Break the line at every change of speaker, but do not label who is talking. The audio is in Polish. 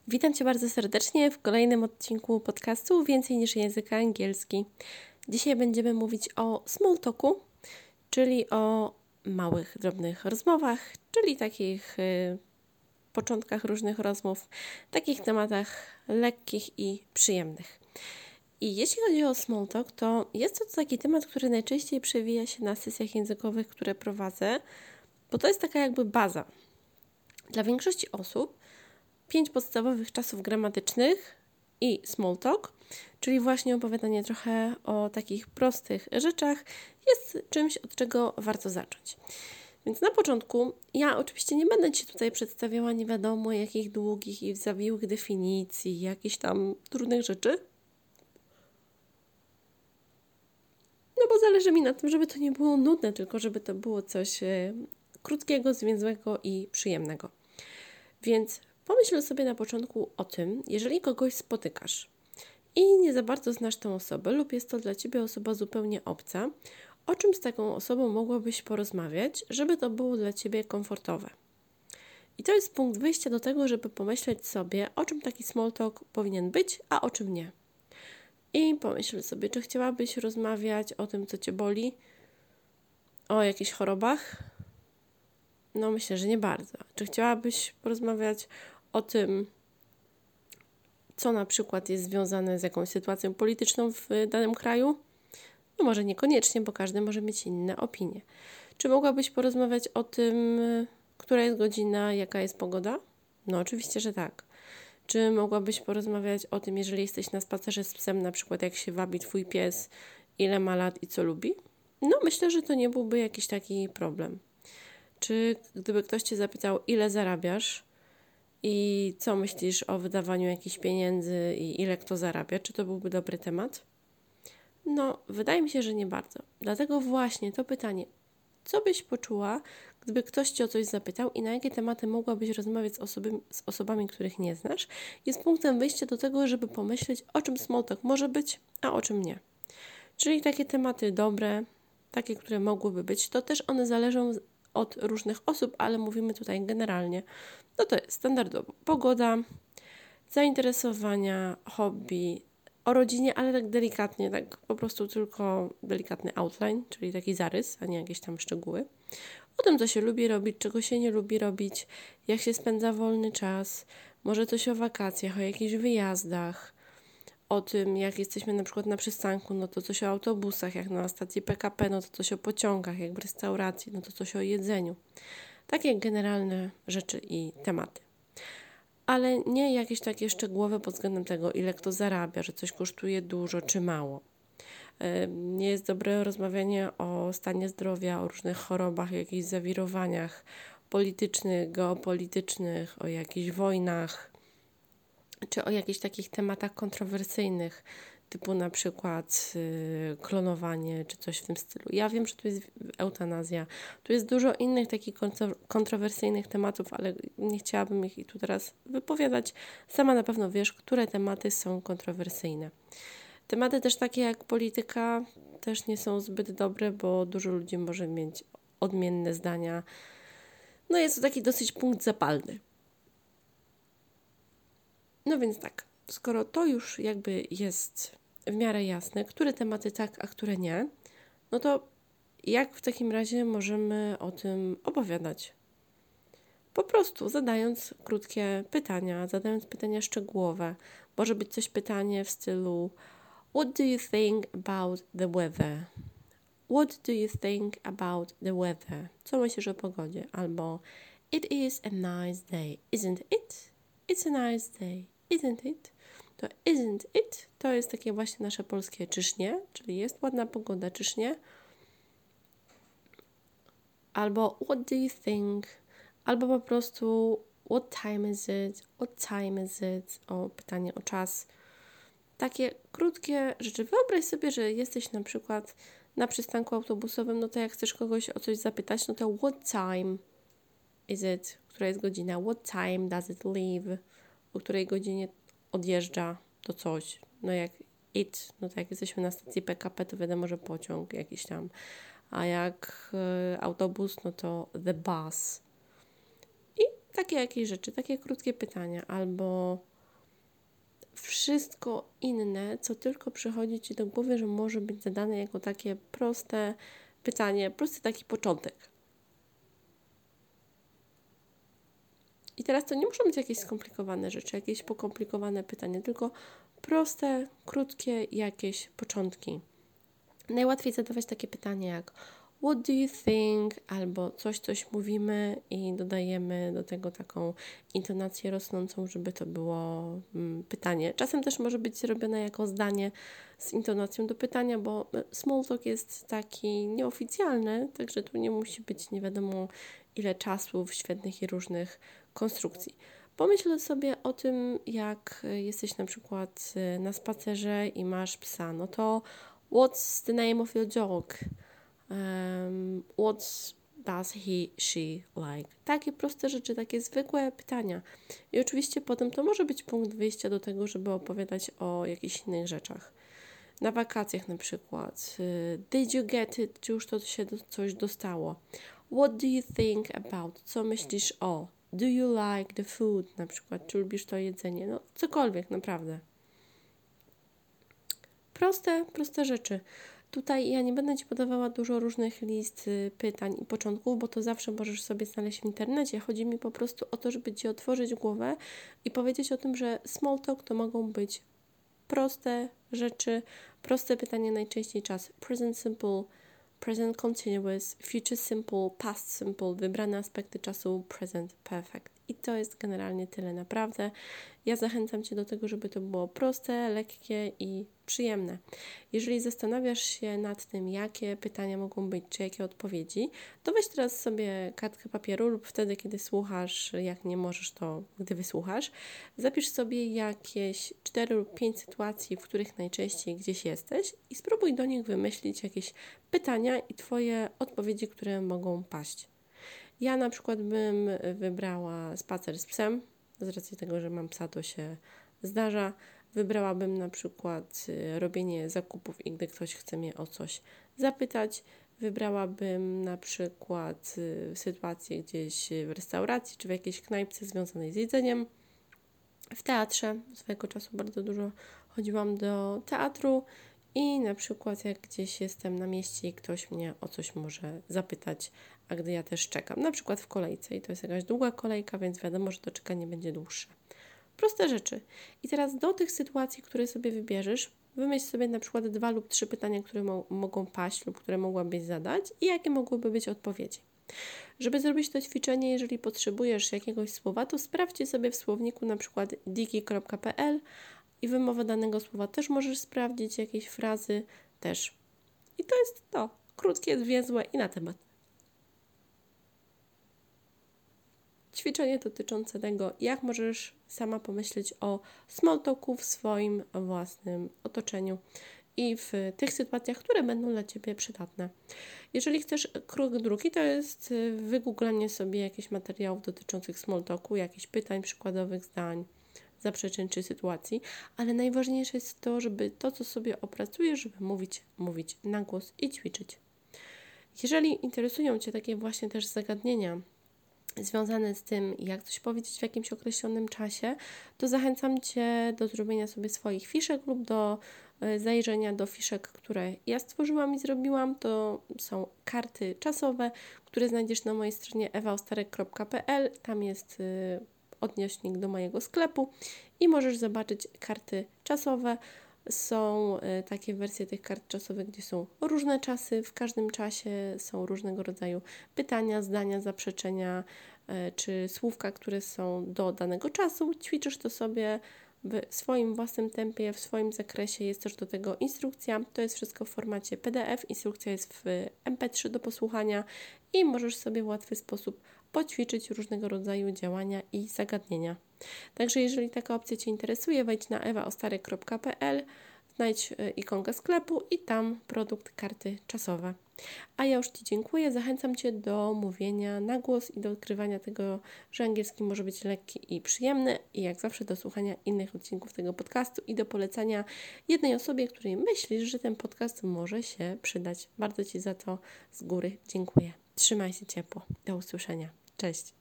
Witam Cię bardzo serdecznie w kolejnym odcinku podcastu Więcej niż język angielski. Dzisiaj będziemy mówić o small talku, czyli o małych, drobnych rozmowach, czyli takich początkach różnych rozmów, takich tematach lekkich i przyjemnych. I jeśli chodzi o small talk, to jest to taki temat, który najczęściej przewija się na sesjach językowych, które prowadzę, bo to jest taka jakby baza. Dla większości osób 5 podstawowych czasów gramatycznych i small talk, czyli właśnie opowiadanie trochę o takich prostych rzeczach, jest czymś, od czego warto zacząć. Więc na początku ja oczywiście nie będę Ci tutaj przedstawiała nie wiadomo jakich długich i zawiłych definicji, jakichś tam trudnych rzeczy, no bo zależy mi na tym, żeby to nie było nudne, tylko żeby to było coś krótkiego, zwięzłego i przyjemnego. Więc pomyśl sobie na początku o tym, jeżeli kogoś spotykasz i nie za bardzo znasz tę osobę lub jest to dla Ciebie osoba zupełnie obca, o czym z taką osobą mogłabyś porozmawiać, żeby to było dla Ciebie komfortowe. I to jest punkt wyjścia do tego, żeby pomyśleć sobie, o czym taki small talk powinien być, a o czym nie. I pomyśl sobie, czy chciałabyś rozmawiać o tym, co Cię boli, o jakichś chorobach? No myślę, że nie bardzo. Czy chciałabyś porozmawiać o tym, co na przykład jest związane z jakąś sytuacją polityczną w danym kraju? No może niekoniecznie, bo każdy może mieć inne opinie. Czy mogłabyś porozmawiać o tym, która jest godzina, jaka jest pogoda? No oczywiście, że tak. Czy mogłabyś porozmawiać o tym, jeżeli jesteś na spacerze z psem, na przykład jak się wabi Twój pies, ile ma lat i co lubi? No myślę, że to nie byłby jakiś taki problem. Czy gdyby ktoś Cię zapytał, ile zarabiasz i co myślisz o wydawaniu jakichś pieniędzy i ile kto zarabia, czy to byłby dobry temat? No, wydaje mi się, że nie bardzo. Dlatego właśnie to pytanie, co byś poczuła, gdyby ktoś Cię o coś zapytał i na jakie tematy mogłabyś rozmawiać z osobami, których nie znasz, jest punktem wyjścia do tego, żeby pomyśleć, o czym small talk może być, a o czym nie. Czyli takie tematy dobre, takie, które mogłyby być, to też one zależą od różnych osób, ale mówimy tutaj generalnie. No to jest standardowo pogoda, zainteresowania, hobby, o rodzinie, ale tak delikatnie, tak po prostu tylko delikatny outline, czyli taki zarys, a nie jakieś tam szczegóły. O tym, co się lubi robić, czego się nie lubi robić, jak się spędza wolny czas, może coś o wakacjach, o jakichś wyjazdach, o tym, jak jesteśmy na przykład na przystanku, no to coś o autobusach, jak na stacji PKP, no to coś o pociągach, jak w restauracji, no to coś o jedzeniu. Takie generalne rzeczy i tematy. Ale nie jakieś takie szczegółowe pod względem tego, ile kto zarabia, że coś kosztuje dużo czy mało. Nie jest dobre rozmawianie o stanie zdrowia, o różnych chorobach, o jakichś zawirowaniach politycznych, geopolitycznych, o jakichś wojnach, czy o jakichś takich tematach kontrowersyjnych, typu na przykład klonowanie, czy coś w tym stylu. Ja wiem, że tu jest eutanazja, tu jest dużo innych takich kontrowersyjnych tematów, ale nie chciałabym ich tu teraz wypowiadać. Sama na pewno wiesz, które tematy są kontrowersyjne. Tematy też takie jak polityka też nie są zbyt dobre, bo dużo ludzi może mieć odmienne zdania. No jest to taki dosyć punkt zapalny. No więc tak, skoro to już jakby jest w miarę jasne, które tematy tak, a które nie, no to jak w takim razie możemy o tym opowiadać? Po prostu zadając krótkie pytania, zadając pytania szczegółowe. Może być coś pytanie w stylu What do you think about the weather? What do you think about the weather? Co myślisz o pogodzie? Albo It is a nice day, isn't it? It's a nice day, isn't it? To isn't it to jest takie właśnie nasze polskie czyż nie? Czyli jest ładna pogoda, czyż nie? Albo what do you think? Albo po prostu what time is it? What time is it? O pytanie o czas. Takie krótkie rzeczy. Wyobraź sobie, że jesteś na przykład na przystanku autobusowym, no to jak chcesz kogoś o coś zapytać, no to what time is it? Która jest godzina? What time does it leave? O której godzinie odjeżdża to coś. No jak it, no to jak jesteśmy na stacji PKP, to wiadomo, że pociąg jakiś tam. A jak autobus, no to the bus. I takie jakieś rzeczy, takie krótkie pytania. Albo wszystko inne, co tylko przychodzi Ci do głowy, że może być zadane jako takie proste pytanie, prosty taki początek. I teraz to nie muszą być jakieś skomplikowane rzeczy, jakieś pokomplikowane pytania, tylko proste, krótkie jakieś początki. Najłatwiej zadawać takie pytania jak what do you think? Albo coś mówimy i dodajemy do tego taką intonację rosnącą, żeby to było pytanie. Czasem też może być robione jako zdanie z intonacją do pytania, bo small talk jest taki nieoficjalny, także tu nie musi być nie wiadomo ile czasów świetnych i różnych konstrukcji. Pomyśl sobie o tym, jak jesteś na przykład na spacerze i masz psa, no to what's the name of your dog? What does she like? Takie proste rzeczy, takie zwykłe pytania. I oczywiście potem to może być punkt wyjścia do tego, żeby opowiadać o jakichś innych rzeczach. Na wakacjach na przykład. Did you get it? Czy już to się coś dostało? What do you think about? Co myślisz o? Do you like the food? Na przykład, czy lubisz to jedzenie? No, cokolwiek, naprawdę. Proste rzeczy. Tutaj ja nie będę Ci podawała dużo różnych list pytań i początków, bo to zawsze możesz sobie znaleźć w internecie. Chodzi mi po prostu o to, żeby Ci otworzyć głowę i powiedzieć o tym, że small talk to mogą być proste rzeczy, proste pytania, najczęściej czas present simple, present continuous, future simple, past simple, wybrane aspekty czasu present perfect. I to jest generalnie tyle, naprawdę. Ja zachęcam Cię do tego, żeby to było proste, lekkie i przyjemne. Jeżeli zastanawiasz się nad tym, jakie pytania mogą być, czy jakie odpowiedzi, to weź teraz sobie kartkę papieru lub wtedy, kiedy słuchasz, jak nie możesz, to gdy wysłuchasz, zapisz sobie jakieś 4 lub 5 sytuacji, w których najczęściej gdzieś jesteś i spróbuj do nich wymyślić jakieś pytania i Twoje odpowiedzi, które mogą paść. Ja na przykład bym wybrała spacer z psem, z racji tego, że mam psa, to się zdarza. Wybrałabym na przykład robienie zakupów i gdy ktoś chce mnie o coś zapytać. Wybrałabym na przykład sytuację gdzieś w restauracji czy w jakiejś knajpce związanej z jedzeniem. W teatrze swojego czasu bardzo dużo chodziłam do teatru i na przykład jak gdzieś jestem na mieście i ktoś mnie o coś może zapytać, a gdy ja też czekam, na przykład w kolejce i to jest jakaś długa kolejka, więc wiadomo, że to czekanie będzie dłuższe. Proste rzeczy. I teraz do tych sytuacji, które sobie wybierzesz, wymyśl sobie na przykład 2 lub 3 pytania, które mogą paść lub które mogłabyś zadać i jakie mogłyby być odpowiedzi. Żeby zrobić to ćwiczenie, jeżeli potrzebujesz jakiegoś słowa, to sprawdźcie sobie w słowniku na przykład diki.pl i wymowę danego słowa też możesz sprawdzić, jakieś frazy też. I to jest to. Krótkie, zwięzłe i na temat. Ćwiczenie dotyczące tego, jak możesz sama pomyśleć o small talku w swoim własnym otoczeniu i w tych sytuacjach, które będą dla Ciebie przydatne. Jeżeli chcesz krok drugi, to jest wygooglanie sobie jakichś materiałów dotyczących small talku, jakichś pytań, przykładowych zdań, zaprzeczeń czy sytuacji, ale najważniejsze jest to, żeby to, co sobie opracujesz, żeby mówić na głos i ćwiczyć. Jeżeli interesują Cię takie właśnie też zagadnienia związane z tym, jak coś powiedzieć w jakimś określonym czasie, to zachęcam Cię do zrobienia sobie swoich fiszek lub do zajrzenia do fiszek, które ja stworzyłam i zrobiłam. To są karty czasowe, które znajdziesz na mojej stronie ewaostarek.pl. Tam jest odnośnik do mojego sklepu i możesz zobaczyć karty czasowe. Są takie wersje tych kart czasowych, gdzie są różne czasy, w każdym czasie są różnego rodzaju pytania, zdania, zaprzeczenia czy słówka, które są do danego czasu. Ćwiczysz to sobie w swoim własnym tempie, w swoim zakresie. Jest też do tego instrukcja. To jest wszystko w formacie PDF. Instrukcja jest w MP3 do posłuchania i możesz sobie w łatwy sposób poćwiczyć różnego rodzaju działania i zagadnienia. Także jeżeli taka opcja Cię interesuje, wejdź na ewaostarek.pl, znajdź ikonkę sklepu i tam produkt karty czasowe. A ja już Ci dziękuję, zachęcam Cię do mówienia na głos i do odkrywania tego, że angielski może być lekki i przyjemny i jak zawsze do słuchania innych odcinków tego podcastu i do polecania jednej osobie, której myślisz, że ten podcast może się przydać. Bardzo Ci za to z góry dziękuję. Trzymaj się ciepło. Do usłyszenia. Cześć.